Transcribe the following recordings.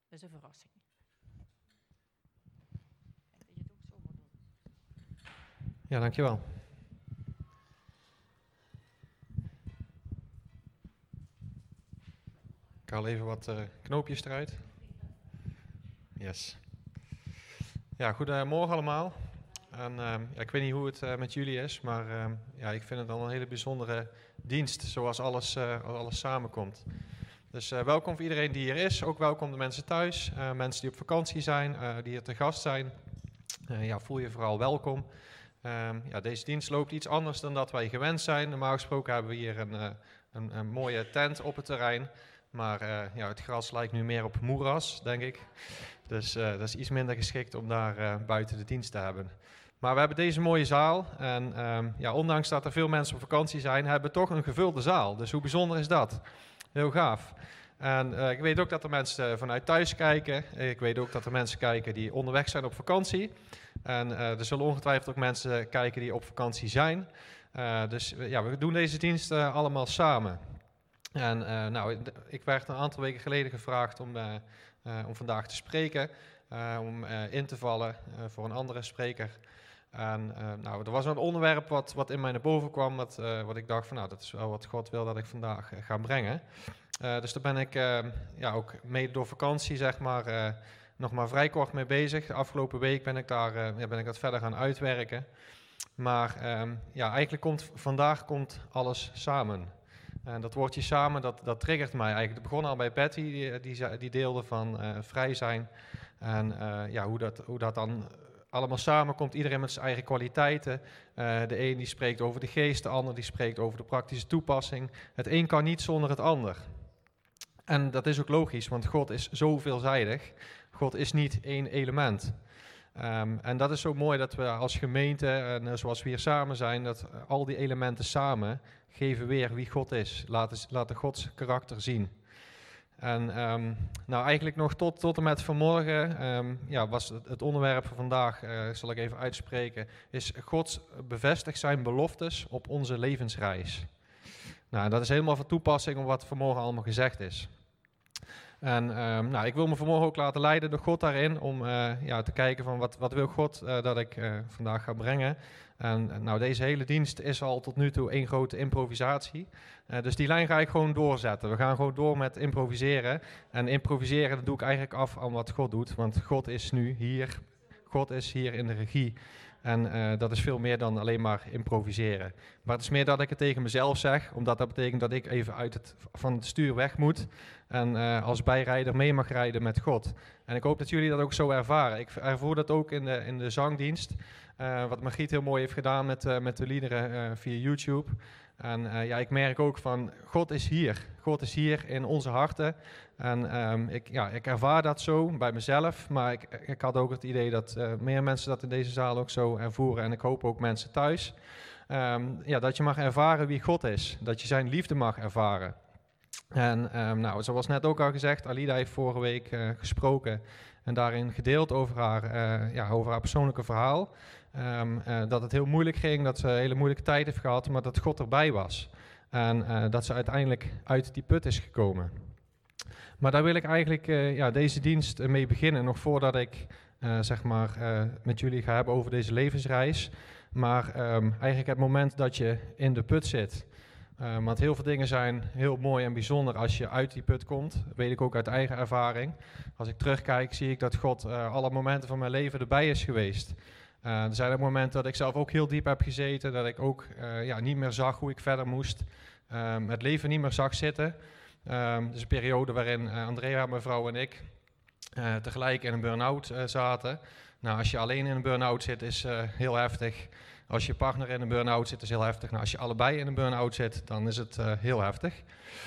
Dat is een verrassing. Dat je het ook zo moet doen. Ja, dankjewel. Ik haal even wat knoopjes eruit. Yes. Ja, goedemorgen allemaal. En, ja, ik weet niet hoe het met jullie is, maar ja, ik vind het al een hele bijzondere dienst, zoals alles samenkomt. Dus welkom voor iedereen die hier is, ook welkom de mensen thuis, mensen die op vakantie zijn, die hier te gast zijn. Ja, voel je vooral welkom. Ja, deze dienst loopt iets anders dan dat wij gewend zijn. Normaal gesproken hebben we hier een mooie tent op het terrein. Maar ja, het gras lijkt nu meer op moeras, denk ik. Dus dat is iets minder geschikt om daar buiten de dienst te hebben. Maar we hebben deze mooie zaal. En ja, ondanks dat er veel mensen op vakantie zijn, hebben we toch een gevulde zaal. Dus hoe bijzonder is dat? Heel gaaf. En ik weet ook dat er mensen vanuit thuis kijken. Ik weet ook dat er mensen kijken die onderweg zijn op vakantie. En er zullen ongetwijfeld ook mensen kijken die op vakantie zijn. Dus ja, we doen deze dienst allemaal samen. En nou, ik werd een aantal weken geleden gevraagd om vandaag te spreken, om in te vallen voor een andere spreker. En nou, er was een onderwerp wat in mij naar boven kwam, wat ik dacht van nou, dat is wel wat God wil dat ik vandaag ga brengen. Dus daar ben ik ja, ook mede door vakantie zeg maar nog maar vrij kort mee bezig. De afgelopen week ben ik dat verder gaan uitwerken. Maar ja, eigenlijk vandaag komt alles samen. En dat woordje samen, dat triggert mij eigenlijk. Het begon al bij Betty, die deelde van vrij zijn. En ja, hoe dat dan allemaal samenkomt, iedereen met zijn eigen kwaliteiten. De een die spreekt over de geest, de ander die spreekt over de praktische toepassing. Het een kan niet zonder het ander. En dat is ook logisch, want God is zo veelzijdig. God is niet één element. En dat is zo mooi dat we als gemeente, en zoals we hier samen zijn, dat al die elementen samen geven weer wie God is. Laten Gods karakter zien. En nou eigenlijk nog tot en met vanmorgen, ja, was het onderwerp van vandaag, zal ik even uitspreken, is God bevestigt zijn beloftes op onze levensreis. Nou, dat is helemaal van toepassing op wat vanmorgen allemaal gezegd is. En nou, ik wil me vanmorgen ook laten leiden door God daarin, om ja, te kijken van wat wil God dat ik vandaag ga brengen. En nou, deze hele dienst is al tot nu toe één grote improvisatie. Dus die lijn ga ik gewoon doorzetten. We gaan gewoon door met improviseren. En improviseren, dat doe ik eigenlijk af aan wat God doet, want God is nu hier. God is hier in de regie. En dat is veel meer dan alleen maar improviseren. Maar het is meer dat ik het tegen mezelf zeg, omdat dat betekent dat ik even van het stuur weg moet. En als bijrijder mee mag rijden met God. En ik hoop dat jullie dat ook zo ervaren. Ik ervoer dat ook in de zangdienst. Wat Margriet heel mooi heeft gedaan met de liederen via YouTube. En ja, ik merk ook van, God is hier. God is hier in onze harten. En ik ervaar dat zo bij mezelf. Maar ik had ook het idee dat meer mensen dat in deze zaal ook zo ervoeren. En ik hoop ook mensen thuis. Ja, dat je mag ervaren wie God is. Dat je zijn liefde mag ervaren. En nou, zoals net ook al gezegd, Alida heeft vorige week gesproken en daarin gedeeld over haar persoonlijke verhaal. Dat het heel moeilijk ging, dat ze een hele moeilijke tijd heeft gehad, maar dat God erbij was. En dat ze uiteindelijk uit die put is gekomen. Maar daar wil ik eigenlijk deze dienst mee beginnen, nog voordat ik met jullie ga hebben over deze levensreis. Maar eigenlijk het moment dat je in de put zit. Want heel veel dingen zijn heel mooi en bijzonder als je uit die put komt. Dat weet ik ook uit eigen ervaring. Als ik terugkijk, zie ik dat God alle momenten van mijn leven erbij is geweest. Er zijn ook momenten dat ik zelf ook heel diep heb gezeten. Dat ik ook niet meer zag hoe ik verder moest. Het leven niet meer zag zitten. Dus een periode waarin Andrea, mijn vrouw en ik tegelijk in een burn-out zaten. Nou, als je alleen in een burn-out zit, is heel heftig. Als je partner in een burn-out zit, is heel heftig. Nou, als je allebei in een burn-out zit, dan is het heel heftig.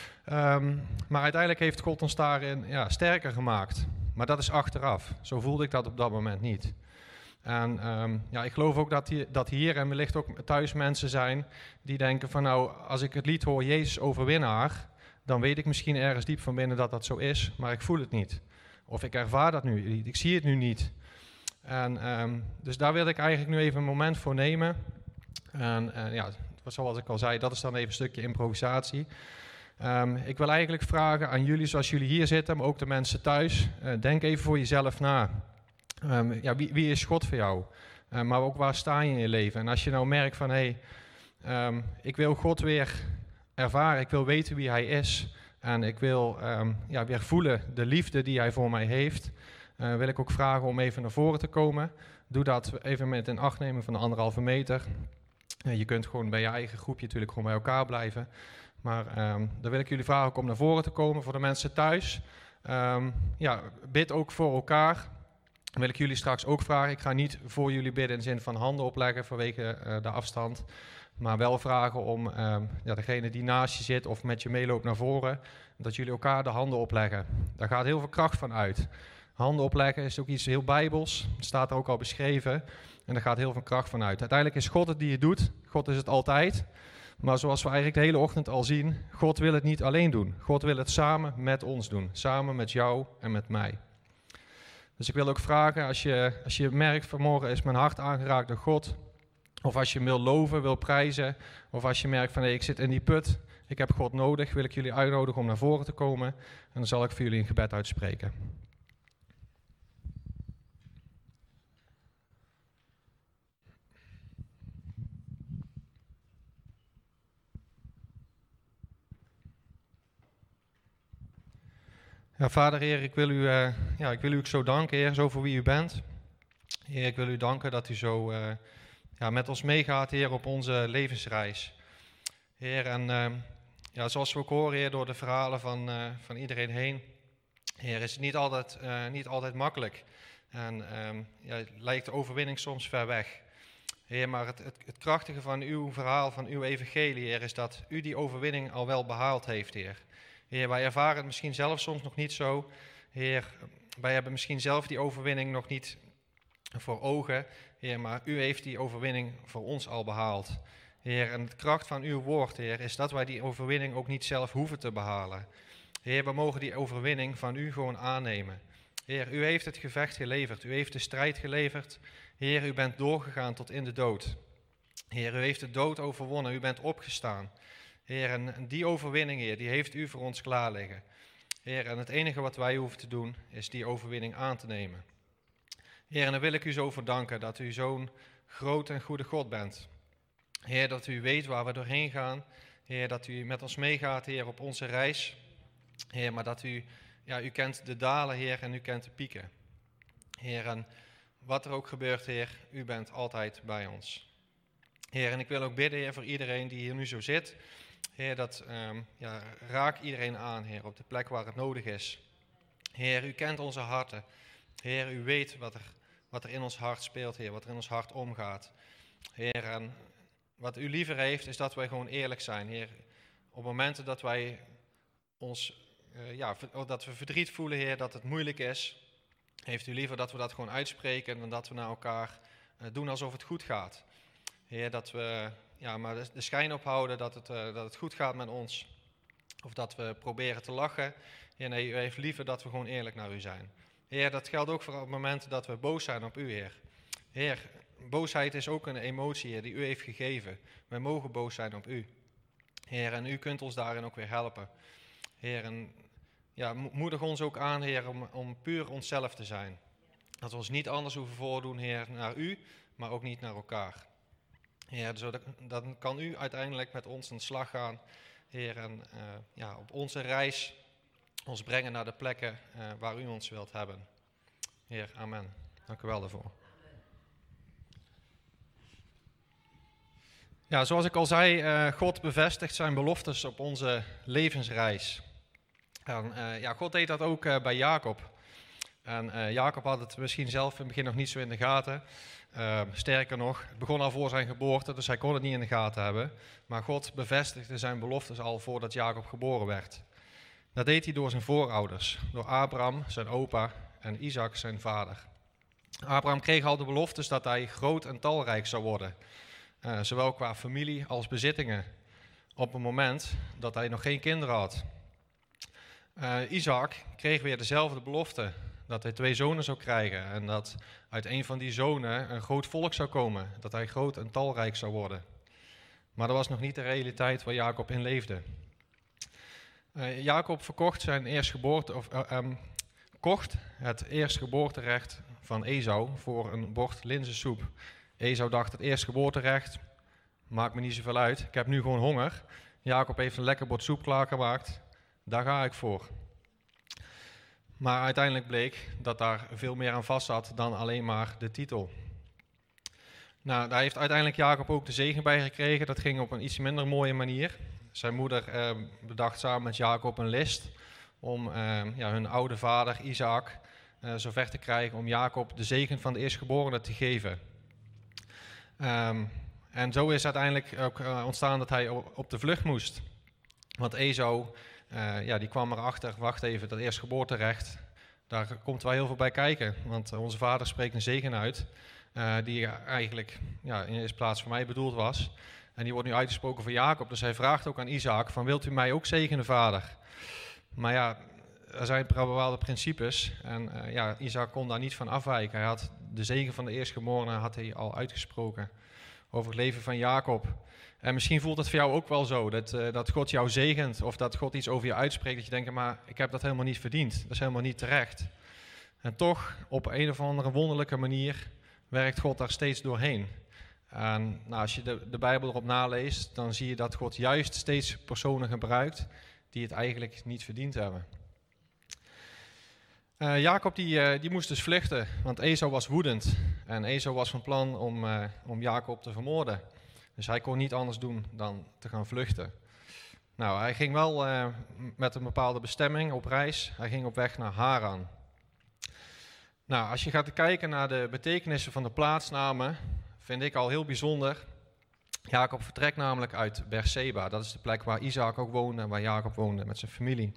Maar uiteindelijk heeft God ons daarin sterker gemaakt. Maar dat is achteraf. Zo voelde ik dat op dat moment niet. En ik geloof ook dat hier en wellicht ook thuis mensen zijn die denken van nou, als ik het lied hoor, Jezus overwinnaar, dan weet ik misschien ergens diep van binnen dat dat zo is, maar ik voel het niet. Of ik ervaar dat nu niet, ik zie het nu niet. En dus daar wil ik eigenlijk nu even een moment voor nemen. En zoals ik al zei, dat is dan even een stukje improvisatie. Ik wil eigenlijk vragen aan jullie, zoals jullie hier zitten, maar ook de mensen thuis. Denk even voor jezelf na. Wie is God voor jou? Maar ook waar sta je in je leven? En als je nou merkt van, ik wil God weer ervaren, ik wil weten wie Hij is. En ik wil weer voelen de liefde die Hij voor mij heeft. Wil ik ook vragen om even naar voren te komen. Doe dat even met in acht nemen van de 1,5 meter. Je kunt gewoon bij je eigen groepje natuurlijk gewoon bij elkaar blijven. Maar dan wil ik jullie vragen ook om naar voren te komen voor de mensen thuis. Bid ook voor elkaar. Dan wil ik jullie straks ook vragen. Ik ga niet voor jullie bidden in de zin van handen opleggen vanwege de afstand. Maar wel vragen om degene die naast je zit of met je meeloopt naar voren. Dat jullie elkaar de handen opleggen. Daar gaat heel veel kracht van uit. Handen opleggen is ook iets heel bijbels. Het staat er ook al beschreven. En daar gaat heel veel kracht van uit. Uiteindelijk is God het die het doet. God is het altijd. Maar zoals we eigenlijk de hele ochtend al zien, God wil het niet alleen doen. God wil het samen met ons doen. Samen met jou en met mij. Dus ik wil ook vragen, als je merkt vanmorgen is mijn hart aangeraakt door God. Of als je hem wil loven, wil prijzen. Of als je merkt van ik zit in die put, ik heb God nodig. Wil ik jullie uitnodigen om naar voren te komen. En dan zal ik voor jullie een gebed uitspreken. Ja, Vader, Heer, ik wil u ook zo danken, Heer, zo voor wie u bent. Heer, ik wil u danken dat u zo met ons meegaat, Heer, op onze levensreis. Heer, en zoals we ook horen, Heer, door de verhalen van iedereen heen, Heer, is het niet altijd makkelijk. En lijkt de overwinning soms ver weg. Heer, maar het krachtige van uw verhaal, van uw evangelie, Heer, is dat u die overwinning al wel behaald heeft, Heer. Heer, wij ervaren het misschien zelf soms nog niet zo. Heer, wij hebben misschien zelf die overwinning nog niet voor ogen. Heer, maar u heeft die overwinning voor ons al behaald. Heer, en de kracht van uw woord, Heer, is dat wij die overwinning ook niet zelf hoeven te behalen. Heer, we mogen die overwinning van u gewoon aannemen. Heer, u heeft het gevecht geleverd. U heeft de strijd geleverd. Heer, u bent doorgegaan tot in de dood. Heer, u heeft de dood overwonnen. U bent opgestaan. Heer, en die overwinning, Heer, die heeft u voor ons klaar liggen. Heer, en het enige wat wij hoeven te doen, is die overwinning aan te nemen. Heer, en dan wil ik u zo voor danken dat u zo'n groot en goede God bent. Heer, dat u weet waar we doorheen gaan. Heer, dat u met ons meegaat, Heer, op onze reis. Heer, maar dat u kent de dalen, Heer, en u kent de pieken. Heer, en wat er ook gebeurt, Heer, u bent altijd bij ons. Heer, en ik wil ook bidden, Heer, voor iedereen die hier nu zo zit. Heer, raak iedereen aan, Heer, op de plek waar het nodig is. Heer, u kent onze harten. Heer, u weet wat er in ons hart speelt, Heer, wat er in ons hart omgaat. Heer, en wat u liever heeft, is dat wij gewoon eerlijk zijn, Heer. Op momenten dat wij dat we verdriet voelen, Heer, dat het moeilijk is, heeft u liever dat we dat gewoon uitspreken dan dat we naar elkaar doen alsof het goed gaat. Heer, dat we maar de schijn ophouden dat het goed gaat met ons. Of dat we proberen te lachen. Heer, nee, u heeft liever dat we gewoon eerlijk naar u zijn. Heer, dat geldt ook voor op momenten dat we boos zijn op u, Heer. Heer, boosheid is ook een emotie, Heer, die u heeft gegeven. Wij mogen boos zijn op u. Heer, en u kunt ons daarin ook weer helpen. Heer, en moedig ons ook aan, Heer, om puur onszelf te zijn. Dat we ons niet anders hoeven voordoen, Heer, naar u, maar ook niet naar elkaar. Heer, dan kan u uiteindelijk met ons aan de slag gaan, Heer, en op onze reis ons brengen naar de plekken waar u ons wilt hebben. Heer, amen. Dank u wel daarvoor. Ja, zoals ik al zei, God bevestigt zijn beloftes op onze levensreis. En, God deed dat ook bij Jacob. En Jacob had het misschien zelf in het begin nog niet zo in de gaten. Sterker nog, het begon al voor zijn geboorte, dus hij kon het niet in de gaten hebben. Maar God bevestigde zijn beloftes al voordat Jacob geboren werd. Dat deed hij door zijn voorouders, door Abraham, zijn opa, en Isaac, zijn vader. Abraham kreeg al de beloftes dat hij groot en talrijk zou worden. Zowel qua familie als bezittingen. Op het moment dat hij nog geen kinderen had. Isaac kreeg weer dezelfde belofte. Dat hij 2 zonen zou krijgen. En dat uit een van die zonen een groot volk zou komen. Dat hij groot en talrijk zou worden. Maar dat was nog niet de realiteit waar Jacob in leefde. Jacob verkocht zijn kocht het eerstgeboorterecht van Esau voor een bord linzensoep. Esau dacht, het eerstgeboorterecht maakt me niet zoveel uit, ik heb nu gewoon honger. Jacob heeft een lekker bord soep klaargemaakt, daar ga ik voor. Maar uiteindelijk bleek dat daar veel meer aan vast zat dan alleen maar de titel. Nou, daar heeft uiteindelijk Jacob ook de zegen bij gekregen. Dat ging op een iets minder mooie manier. Zijn moeder bedacht samen met Jacob een list om hun oude vader Isaac zover te krijgen om Jacob de zegen van de eerstgeborene te geven. En zo is uiteindelijk ook ontstaan dat hij op de vlucht moest. Want Esau, die kwam erachter, wacht even, dat eerstgeboorterecht, daar komt wel heel veel bij kijken. Want onze vader spreekt een zegen uit, die eigenlijk in eerste plaats voor mij bedoeld was. En die wordt nu uitgesproken voor Jacob, dus hij vraagt ook aan Isaac van, wilt u mij ook zegenen, vader? Maar ja, er zijn bepaalde principes en Isaac kon daar niet van afwijken. Hij had de zegen van de eerstgeborene had hij al uitgesproken over het leven van Jacob. En misschien voelt het voor jou ook wel zo, dat God jou zegent of dat God iets over je uitspreekt, dat je denkt, maar ik heb dat helemaal niet verdiend, dat is helemaal niet terecht. En toch, op een of andere wonderlijke manier, werkt God daar steeds doorheen. En als je de Bijbel erop naleest, dan zie je dat God juist steeds personen gebruikt die het eigenlijk niet verdiend hebben. Jacob die moest dus vluchten, want Esau was woedend. En Esau was van plan om Jacob te vermoorden. Dus hij kon niet anders doen dan te gaan vluchten. Nou, hij ging wel met een bepaalde bestemming op reis. Hij ging op weg naar Haran. Nou, als je gaat kijken naar de betekenissen van de plaatsnamen, vind ik al heel bijzonder. Jacob vertrekt namelijk uit Beersheba. Dat is de plek waar Isaac ook woonde en waar Jacob woonde met zijn familie.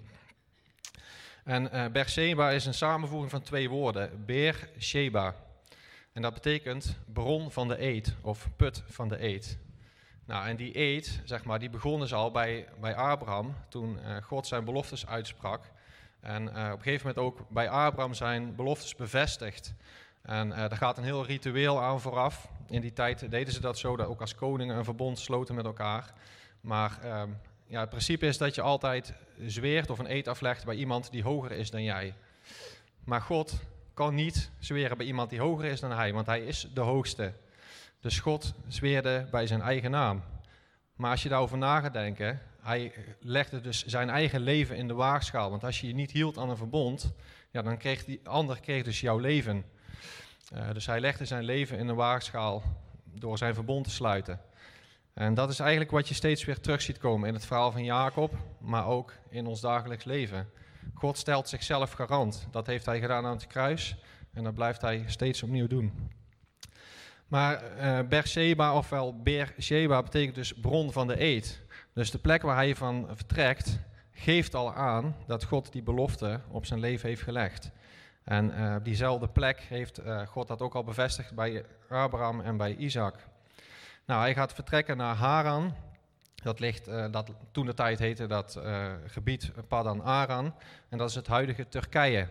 En Beersheba is een samenvoeging van twee woorden, Beer-sheba. En dat betekent bron van de eed of put van de eed. Nou, en die eed, zeg maar, die begon dus al bij Abraham toen God zijn beloftes uitsprak. En op een gegeven moment ook bij Abraham zijn beloftes bevestigd. En daar gaat een heel ritueel aan vooraf. In die tijd deden ze dat zo, dat ook als koningen een verbond sloten met elkaar. Maar het principe is dat je altijd zweert of een eed aflegt bij iemand die hoger is dan jij. Maar God kan niet zweren bij iemand die hoger is dan hij, want hij is de hoogste. Dus God zweerde bij zijn eigen naam. Maar als je daarover na gaat denken, hij legde dus zijn eigen leven in de waagschaal. Want als je je niet hield aan een verbond, dan kreeg die ander dus jouw leven. Dus hij legde zijn leven in de waagschaal door zijn verbond te sluiten. En dat is eigenlijk wat je steeds weer terug ziet komen in het verhaal van Jacob, maar ook in ons dagelijks leven. God stelt zichzelf garant. Dat heeft hij gedaan aan het kruis en dat blijft hij steeds opnieuw doen. Maar Beersheba ofwel Beersheba betekent dus bron van de eed. Dus de plek waar hij van vertrekt geeft al aan dat God die belofte op zijn leven heeft gelegd. En op diezelfde plek heeft God dat ook al bevestigd bij Abraham en bij Isaac. Nou, hij gaat vertrekken naar Haran. Dat ligt, toen de tijd heette dat gebied Padan Aram. En dat is het huidige Turkije.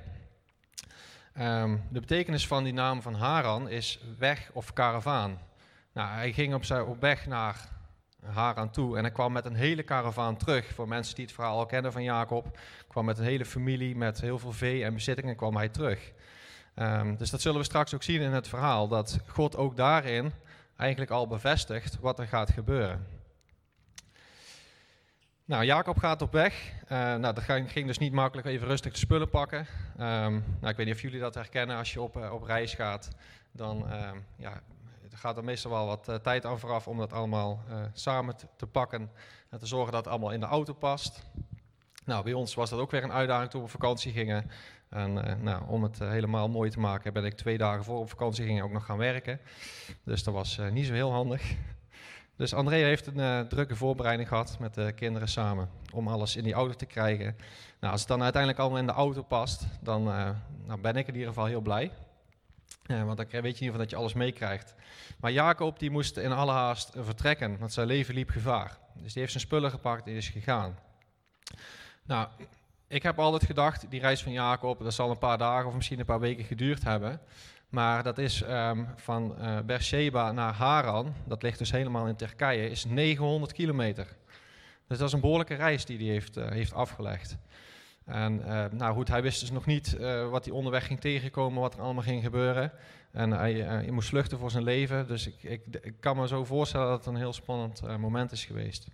De betekenis van die naam van Haran is weg of karavaan. Nou, hij ging op weg naar Haran toe en hij kwam met een hele karavaan terug. Voor mensen die het verhaal al kennen van Jacob, kwam met een hele familie, met heel veel vee en bezittingen kwam hij terug. Dus dat zullen we straks ook zien in het verhaal, dat God ook daarin eigenlijk al bevestigt wat er gaat gebeuren. Nou, Jacob gaat op weg. Dat ging dus niet makkelijk even rustig de spullen pakken. Ik weet niet of jullie dat herkennen als je op reis gaat. Dan gaat er meestal wel wat tijd aan vooraf om dat allemaal samen te pakken. En te zorgen dat het allemaal in de auto past. Nou, bij ons was dat ook weer een uitdaging toen we op vakantie gingen. En om het helemaal mooi te maken ben ik 2 dagen voor op vakantie ging ook nog gaan werken. Dus dat was niet zo heel handig. Dus André heeft een drukke voorbereiding gehad met de kinderen samen om alles in die auto te krijgen. Nou, als het dan uiteindelijk allemaal in de auto past, dan ben ik in ieder geval heel blij. Want dan weet je in ieder geval dat je alles meekrijgt. Maar Jacob die moest in alle haast vertrekken, want zijn leven liep gevaar. Dus die heeft zijn spullen gepakt en is gegaan. Nou, ik heb altijd gedacht, die reis van Jacob, dat zal een paar dagen of misschien een paar weken geduurd hebben. Maar dat is van Beersheba naar Haran, dat ligt dus helemaal in Turkije, is 900 kilometer. Dus dat is een behoorlijke reis die hij heeft afgelegd. En nou goed, hij wist dus nog niet wat hij onderweg ging tegenkomen, wat er allemaal ging gebeuren. En hij moest vluchten voor zijn leven. Dus ik kan me zo voorstellen dat het een heel spannend moment is geweest.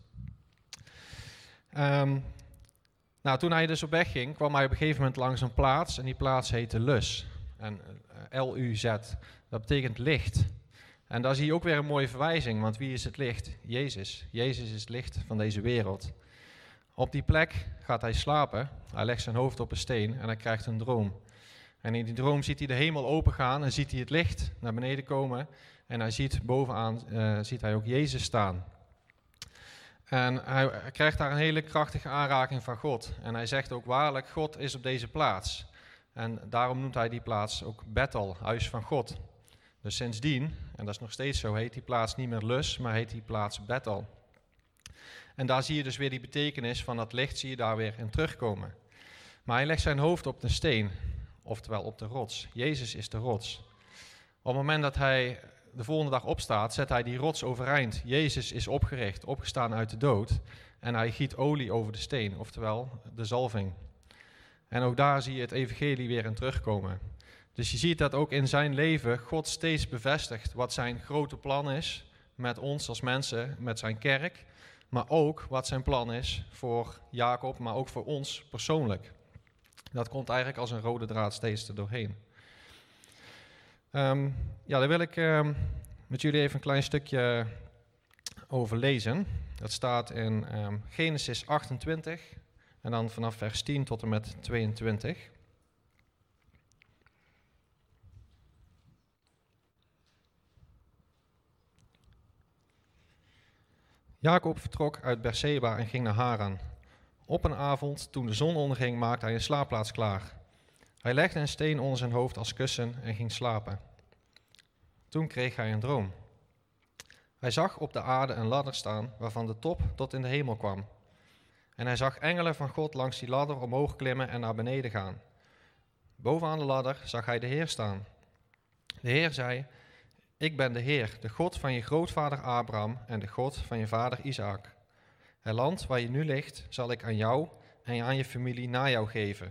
Nou, toen hij dus op weg ging, kwam hij op een gegeven moment langs een plaats. En die plaats heette Luz. En L-U-Z. Dat betekent licht. En daar zie je ook weer een mooie verwijzing. Want wie is het licht? Jezus. Jezus is het licht van deze wereld. Op die plek gaat hij slapen. Hij legt zijn hoofd op een steen en hij krijgt een droom. En in die droom ziet hij de hemel opengaan en ziet hij het licht naar beneden komen. En hij ziet bovenaan ziet hij ook Jezus staan. En hij krijgt daar een hele krachtige aanraking van God. En hij zegt ook waarlijk, God is op deze plaats. En daarom noemt hij die plaats ook Bethel, huis van God. Dus sindsdien, en dat is nog steeds zo, heet die plaats niet meer Luz, maar heet die plaats Bethel. En daar zie je dus weer die betekenis van dat licht, zie je daar weer in terugkomen. Maar hij legt zijn hoofd op de steen, oftewel op de rots. Jezus is de rots. Op het moment dat hij de volgende dag opstaat, zet hij die rots overeind. Jezus is opgericht, opgestaan uit de dood. En hij giet olie over de steen, oftewel de zalving. En ook daar zie je het evangelie weer in terugkomen. Dus je ziet dat ook in zijn leven God steeds bevestigt wat zijn grote plan is met ons als mensen, met zijn kerk. Maar ook wat zijn plan is voor Jacob, maar ook voor ons persoonlijk. Dat komt eigenlijk als een rode draad steeds er doorheen. Ja, daar wil ik met jullie even een klein stukje over lezen. Dat staat in Genesis 28 en dan vanaf vers 10 tot en met 22. Jacob vertrok uit Beerseba en ging naar Haran. Op een avond, toen de zon onderging, maakte hij een slaapplaats klaar. Hij legde een steen onder zijn hoofd als kussen en ging slapen. Toen kreeg hij een droom. Hij zag op de aarde een ladder staan, waarvan de top tot in de hemel kwam. En hij zag engelen van God langs die ladder omhoog klimmen en naar beneden gaan. Bovenaan de ladder zag hij de Heer staan. De Heer zei: Ik ben de Heer, de God van je grootvader Abraham en de God van je vader Isaac. Het land waar je nu ligt, zal ik aan jou en aan je familie na jou geven.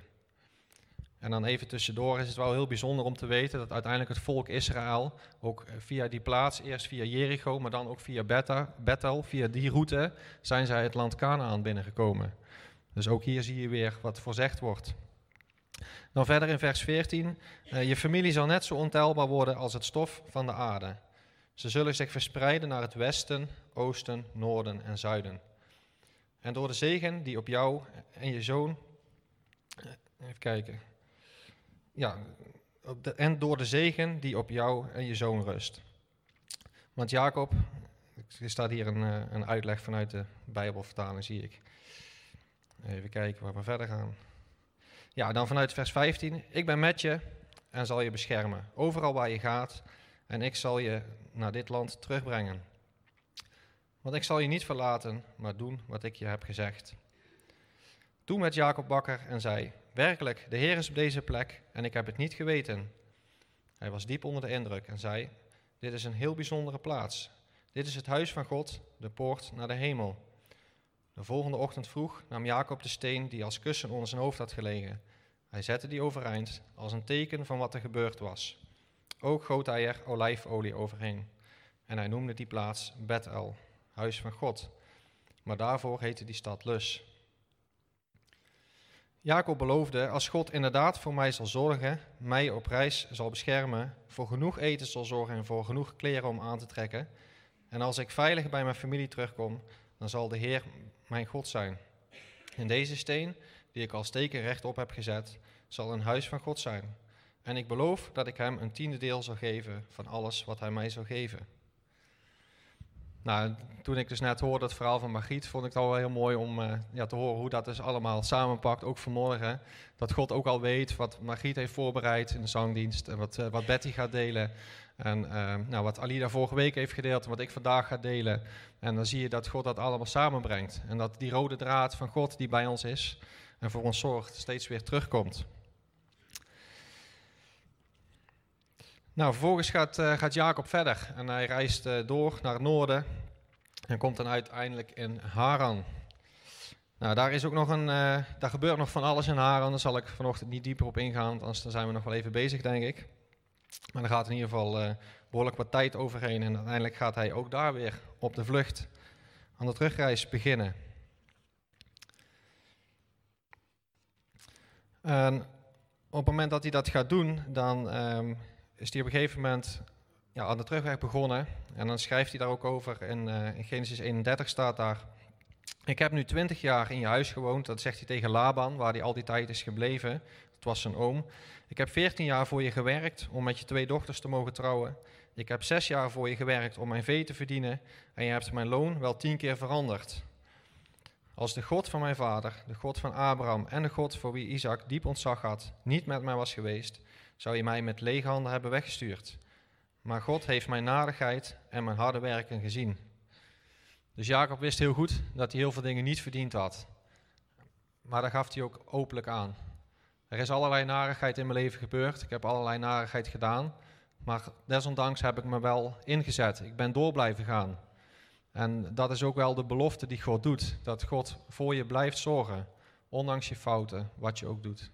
En dan even tussendoor is het wel heel bijzonder om te weten dat uiteindelijk het volk Israël ook via die plaats, eerst via Jericho, maar dan ook via Bethel, via die route, zijn zij het land Kanaan binnengekomen. Dus ook hier zie je weer wat voorzegd wordt. Dan verder in vers 14, je familie zal net zo ontelbaar worden als het stof van de aarde. Ze zullen zich verspreiden naar het westen, oosten, noorden en zuiden. En door de zegen die op jou en je zoon, even kijken, ja, en door de zegen die op jou en je zoon rust. Want Jacob, er staat hier een uitleg vanuit de Bijbelvertaling, zie ik. Even kijken waar we verder gaan. Ja, dan vanuit vers 15. Ik ben met je en zal je beschermen, overal waar je gaat. En ik zal je naar dit land terugbrengen. Want ik zal je niet verlaten, maar doen wat ik je heb gezegd. Toen werd Jacob wakker en zei: Werkelijk, de Heer is op deze plek en ik heb het niet geweten. Hij was diep onder de indruk en zei: Dit is een heel bijzondere plaats. Dit is het huis van God, de poort naar de hemel. De volgende ochtend vroeg nam Jacob de steen die als kussen onder zijn hoofd had gelegen. Hij zette die overeind als een teken van wat er gebeurd was. Ook goot hij er olijfolie overheen. En hij noemde die plaats Bethel, huis van God. Maar daarvoor heette die stad Luz. Jacob beloofde: als God inderdaad voor mij zal zorgen, mij op reis zal beschermen, voor genoeg eten zal zorgen en voor genoeg kleren om aan te trekken, en als ik veilig bij mijn familie terugkom, dan zal de Heer mijn God zijn. En deze steen, die ik als teken rechtop heb gezet, zal een huis van God zijn. En ik beloof dat ik hem een 10e deel zal geven van alles wat hij mij zal geven. Nou, toen ik dus net hoorde het verhaal van Margriet, vond ik het al wel heel mooi om te horen hoe dat dus allemaal samenpakt, ook vanmorgen. Dat God ook al weet wat Margriet heeft voorbereid in de zangdienst en wat Betty gaat delen. En wat Alida vorige week heeft gedeeld en wat ik vandaag ga delen. En dan zie je dat God dat allemaal samenbrengt. En dat die rode draad van God die bij ons is en voor ons zorgt, steeds weer terugkomt. Nou, vervolgens gaat Jacob verder en hij reist door naar het noorden en komt dan uiteindelijk in Haran. Nou, daar gebeurt nog van alles in Haran. Daar zal ik vanochtend niet dieper op ingaan, want anders dan zijn we nog wel even bezig, denk ik. Maar er gaat in ieder geval behoorlijk wat tijd overheen. En uiteindelijk gaat hij ook daar weer op de vlucht aan de terugreis beginnen. En op het moment dat hij dat gaat doen, dan is hij op een gegeven moment aan de terugweg begonnen. En dan schrijft hij daar ook over. In Genesis 31 staat daar: ik heb nu 20 jaar in je huis gewoond. Dat zegt hij tegen Laban, waar hij al die tijd is gebleven. Dat was zijn oom. Ik heb 14 jaar voor je gewerkt om met je 2 dochters te mogen trouwen. Ik heb 6 jaar voor je gewerkt om mijn vee te verdienen. En je hebt mijn loon wel 10 keer veranderd. Als de God van mijn vader, de God van Abraham en de God voor wie Isaac diep ontzag had, niet met mij was geweest, zou je mij met lege handen hebben weggestuurd. Maar God heeft mijn nadigheid en mijn harde werken gezien. Dus Jacob wist heel goed dat hij heel veel dingen niet verdiend had. Maar dat gaf hij ook openlijk aan. Er is allerlei narigheid in mijn leven gebeurd. Ik heb allerlei narigheid gedaan. Maar desondanks heb ik me wel ingezet. Ik ben door blijven gaan. En dat is ook wel de belofte die God doet. Dat God voor je blijft zorgen. Ondanks je fouten, wat je ook doet.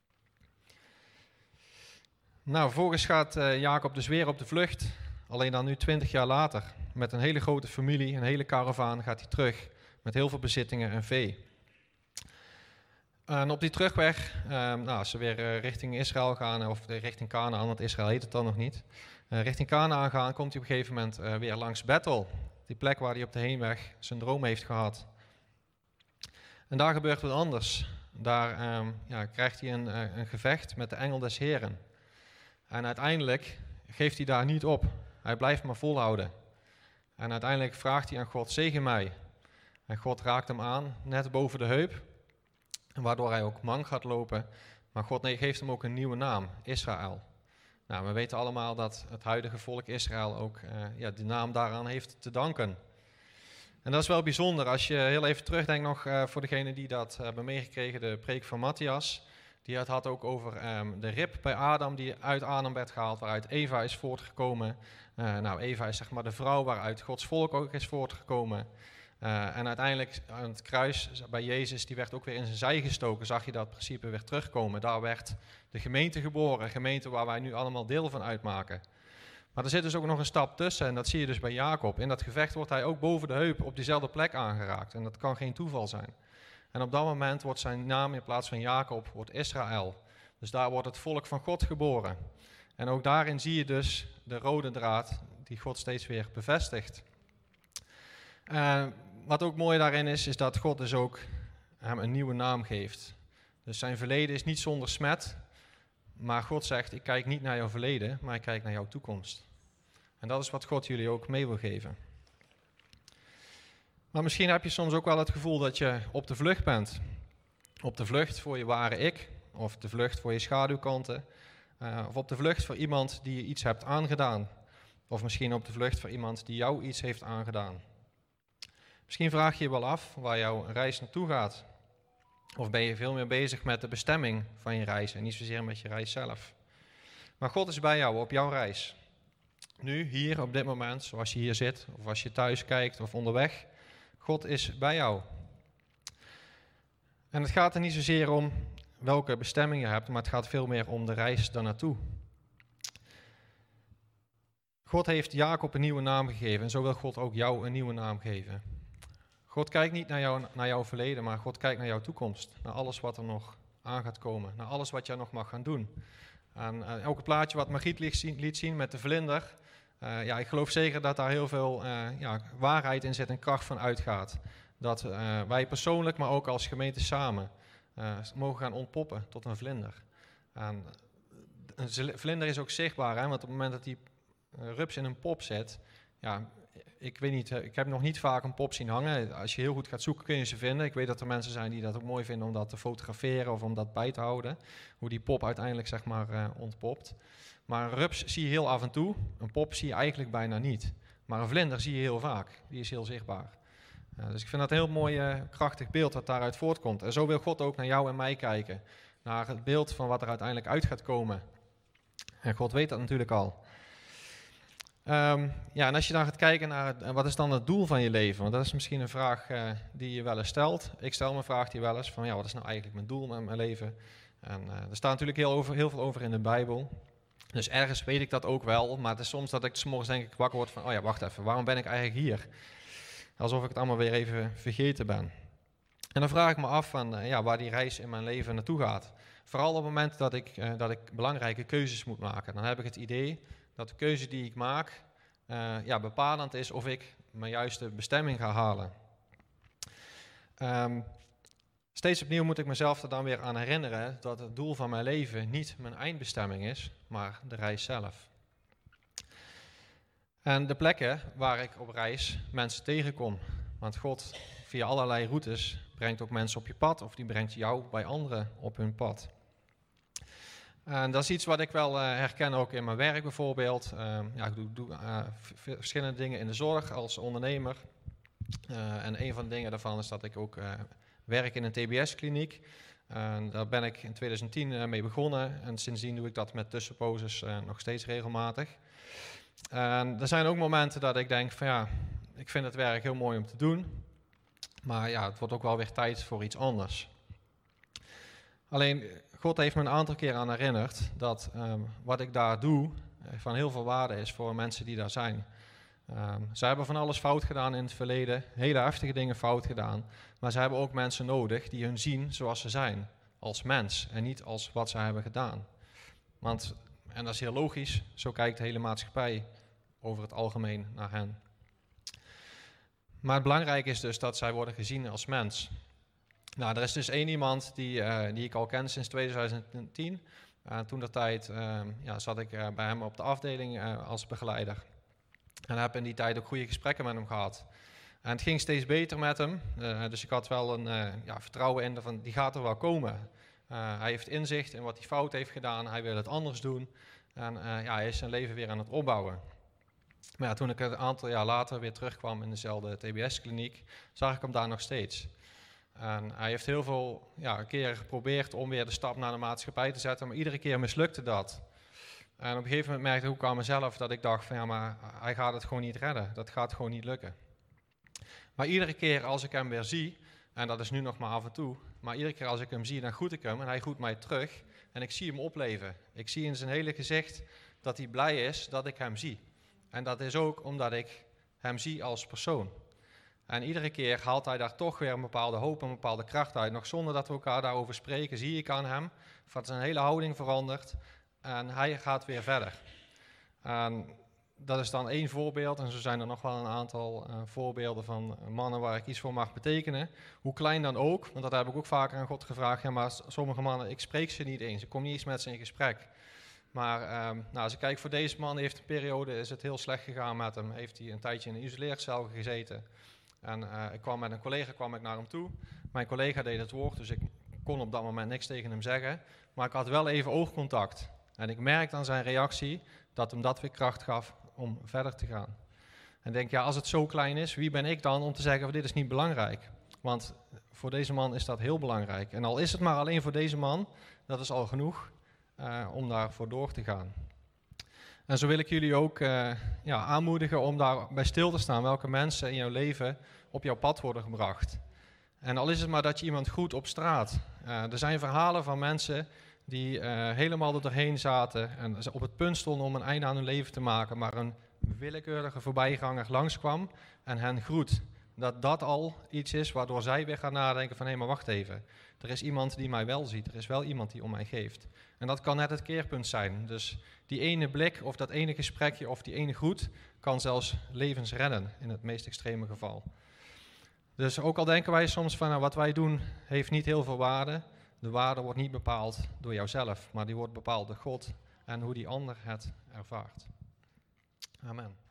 Nou, vervolgens gaat Jacob dus weer op de vlucht. Alleen dan nu 20 jaar later. Met een hele grote familie, een hele karavaan gaat hij terug. Met heel veel bezittingen en vee. En op die terugweg, als ze weer richting Israël gaan, of richting Kanaan, want Israël heet het dan nog niet. Richting Kanaan gaan, komt hij op een gegeven moment weer langs Bethel. Die plek waar hij op de heenweg zijn droom heeft gehad. En daar gebeurt wat anders. Daar krijgt hij een gevecht met de engel des Heren. En uiteindelijk geeft hij daar niet op. Hij blijft maar volhouden. En uiteindelijk vraagt hij aan God, zegen mij. En God raakt hem aan, net boven de heup. Waardoor hij ook mank gaat lopen. Maar God geeft hem ook een nieuwe naam, Israël. Nou, we weten allemaal dat het huidige volk Israël ook de naam daaraan heeft te danken. En dat is wel bijzonder. Als je heel even terugdenkt nog voor degenen die dat hebben meegekregen, de preek van Matthias. Die het had ook over de rib bij Adam die uit Adam werd gehaald, waaruit Eva is voortgekomen. Eva is zeg maar de vrouw waaruit Gods volk ook is voortgekomen. En uiteindelijk aan het kruis bij Jezus, die werd ook weer in zijn zij gestoken, zag je dat principe weer terugkomen. Daar werd de gemeente geboren, een gemeente waar wij nu allemaal deel van uitmaken. Maar er zit dus ook nog een stap tussen en dat zie je dus bij Jacob. In dat gevecht wordt hij ook boven de heup op diezelfde plek aangeraakt en dat kan geen toeval zijn. En op dat moment wordt zijn naam in plaats van Jacob, wordt Israël. Dus daar wordt het volk van God geboren. En ook daarin zie je dus de rode draad die God steeds weer bevestigt. Wat ook mooi daarin is dat God dus ook hem een nieuwe naam geeft. Dus zijn verleden is niet zonder smet, maar God zegt, ik kijk niet naar jouw verleden, maar ik kijk naar jouw toekomst. En dat is wat God jullie ook mee wil geven. Maar misschien heb je soms ook wel het gevoel dat je op de vlucht bent. Op de vlucht voor je ware ik, of de vlucht voor je schaduwkanten, of op de vlucht voor iemand die je iets hebt aangedaan. Of misschien op de vlucht voor iemand die jou iets heeft aangedaan. Misschien vraag je je wel af waar jouw reis naartoe gaat. Of ben je veel meer bezig met de bestemming van je reis en niet zozeer met je reis zelf. Maar God is bij jou op jouw reis. Nu, hier, op dit moment, zoals je hier zit, of als je thuis kijkt of onderweg. God is bij jou. En het gaat er niet zozeer om welke bestemming je hebt, maar het gaat veel meer om de reis daarnaartoe. God heeft Jacob een nieuwe naam gegeven en zo wil God ook jou een nieuwe naam geven. God kijkt niet naar jouw verleden, maar God kijkt naar jouw toekomst. Naar alles wat er nog aan gaat komen. Naar alles wat jij nog mag gaan doen. En ook het plaatje wat Margriet liet zien met de vlinder. Ik geloof zeker dat daar heel veel waarheid in zit en kracht van uitgaat. Dat wij persoonlijk, maar ook als gemeente samen, mogen gaan ontpoppen tot een vlinder. En een vlinder is ook zichtbaar, hè, want op het moment dat die rups in een pop zit, ik weet niet, ik heb nog niet vaak een pop zien hangen. Als je heel goed gaat zoeken kun je ze vinden. Ik weet dat er mensen zijn die dat ook mooi vinden om dat te fotograferen of om dat bij te houden. Hoe die pop uiteindelijk zeg maar ontpopt. Maar een rups zie je heel af en toe. Een pop zie je eigenlijk bijna niet. Maar een vlinder zie je heel vaak. Die is heel zichtbaar. Dus ik vind dat een heel mooi krachtig beeld dat daaruit voortkomt. En zo wil God ook naar jou en mij kijken. Naar het beeld van wat er uiteindelijk uit gaat komen. En God weet dat natuurlijk al. Ja, en als je dan gaat kijken naar wat is dan het doel van je leven, want dat is misschien een vraag die je wel eens stelt. Ik stel me vraag die wel eens van, ja, wat is nou eigenlijk mijn doel met mijn leven? En er staat natuurlijk heel veel over in de Bijbel. Dus ergens weet ik dat ook wel, maar het is soms dat ik 's morgens denk ik wakker word van, oh ja, wacht even, waarom ben ik eigenlijk hier? Alsof ik het allemaal weer even vergeten ben. En dan vraag ik me af van, ja, waar die reis in mijn leven naartoe gaat. Vooral op het moment dat ik belangrijke keuzes moet maken. Dan heb ik het idee dat de keuze die ik maak ja, bepalend is of ik mijn juiste bestemming ga halen. Steeds opnieuw moet ik mezelf er dan weer aan herinneren dat het doel van mijn leven niet mijn eindbestemming is, maar de reis zelf. En de plekken waar ik op reis mensen tegenkom. Want God, via allerlei routes, brengt ook mensen op je pad of die brengt jou bij anderen op hun pad. En dat is iets wat ik wel herken ook in mijn werk bijvoorbeeld. Ja, ik doe verschillende dingen in de zorg als ondernemer. En een van de dingen daarvan is dat ik ook werk in een TBS-kliniek. Daar ben ik in 2010 mee begonnen en sindsdien doe ik dat met tussenposes nog steeds regelmatig. En er zijn ook momenten dat ik denk van ja, ik vind het werk heel mooi om te doen, maar ja, het wordt ook wel weer tijd voor iets anders. Alleen, God heeft me een aantal keer aan herinnerd dat wat ik daar doe van heel veel waarde is voor mensen die daar zijn. Ze hebben van alles fout gedaan in het verleden, hele heftige dingen fout gedaan, maar ze hebben ook mensen nodig die hun zien zoals ze zijn, als mens en niet als wat ze hebben gedaan. Want, en dat is heel logisch, zo kijkt de hele maatschappij over het algemeen naar hen. Maar het belangrijke is dus dat zij worden gezien als mens. Nou, er is dus één iemand die ik al ken sinds 2010. Toentertijd zat ik bij hem op de afdeling als begeleider. En heb in die tijd ook goede gesprekken met hem gehad. En het ging steeds beter met hem. Dus ik had wel een vertrouwen in van die gaat er wel komen. Hij heeft inzicht in wat hij fout heeft gedaan. Hij wil het anders doen. En hij is zijn leven weer aan het opbouwen. Maar ja, toen ik een aantal jaar later weer terugkwam in dezelfde TBS-kliniek, zag ik hem daar nog steeds. En hij heeft heel veel keren geprobeerd om weer de stap naar de maatschappij te zetten, maar iedere keer mislukte dat. En op een gegeven moment merkte ik ook aan mezelf dat ik dacht van ja, maar hij gaat het gewoon niet redden. Dat gaat gewoon niet lukken. Maar iedere keer als ik hem weer zie, en dat is nu nog maar af en toe, maar iedere keer als ik hem zie, dan groet ik hem en hij groet mij terug. En ik zie hem opleven. Ik zie in zijn hele gezicht dat hij blij is dat ik hem zie. En dat is ook omdat ik hem zie als persoon. En iedere keer haalt hij daar toch weer een bepaalde hoop, een bepaalde kracht uit. Nog zonder dat we elkaar daarover spreken, zie ik aan hem dat zijn hele houding verandert. En hij gaat weer verder. En dat is dan één voorbeeld. En zo zijn er nog wel een aantal voorbeelden van mannen waar ik iets voor mag betekenen. Hoe klein dan ook, want dat heb ik ook vaker aan God gevraagd. Ja, maar sommige mannen, ik spreek ze niet eens. Ik kom niet eens met ze in gesprek. Maar als ik kijk voor deze man, heeft een periode, is het heel slecht gegaan met hem. Heeft hij een tijdje in een isoleercel gezeten. En ik kwam met een collega naar hem toe. Mijn collega deed het woord, dus ik kon op dat moment niks tegen hem zeggen. Maar ik had wel even oogcontact. En ik merkte aan zijn reactie dat hem dat weer kracht gaf om verder te gaan. En denk, ja, als het zo klein is, wie ben ik dan om te zeggen, dit is niet belangrijk? Want voor deze man is dat heel belangrijk. En al is het maar alleen voor deze man, dat is al genoeg om daarvoor door te gaan. En zo wil ik jullie ook aanmoedigen om daar bij stil te staan. Welke mensen in jouw leven op jouw pad worden gebracht. En al is het maar dat je iemand groet op straat. Er zijn verhalen van mensen die helemaal er doorheen zaten en op het punt stonden om een einde aan hun leven te maken, maar een willekeurige voorbijganger langskwam en hen groet. Dat al iets is waardoor zij weer gaan nadenken van hé, maar wacht even. Er is iemand die mij wel ziet, er is wel iemand die om mij geeft. En dat kan net het keerpunt zijn. Dus die ene blik of dat ene gesprekje of die ene groet kan zelfs levens redden in het meest extreme geval. Dus ook al denken wij soms van wat wij doen heeft niet heel veel waarde. De waarde wordt niet bepaald door jouzelf, maar die wordt bepaald door God en hoe die ander het ervaart. Amen.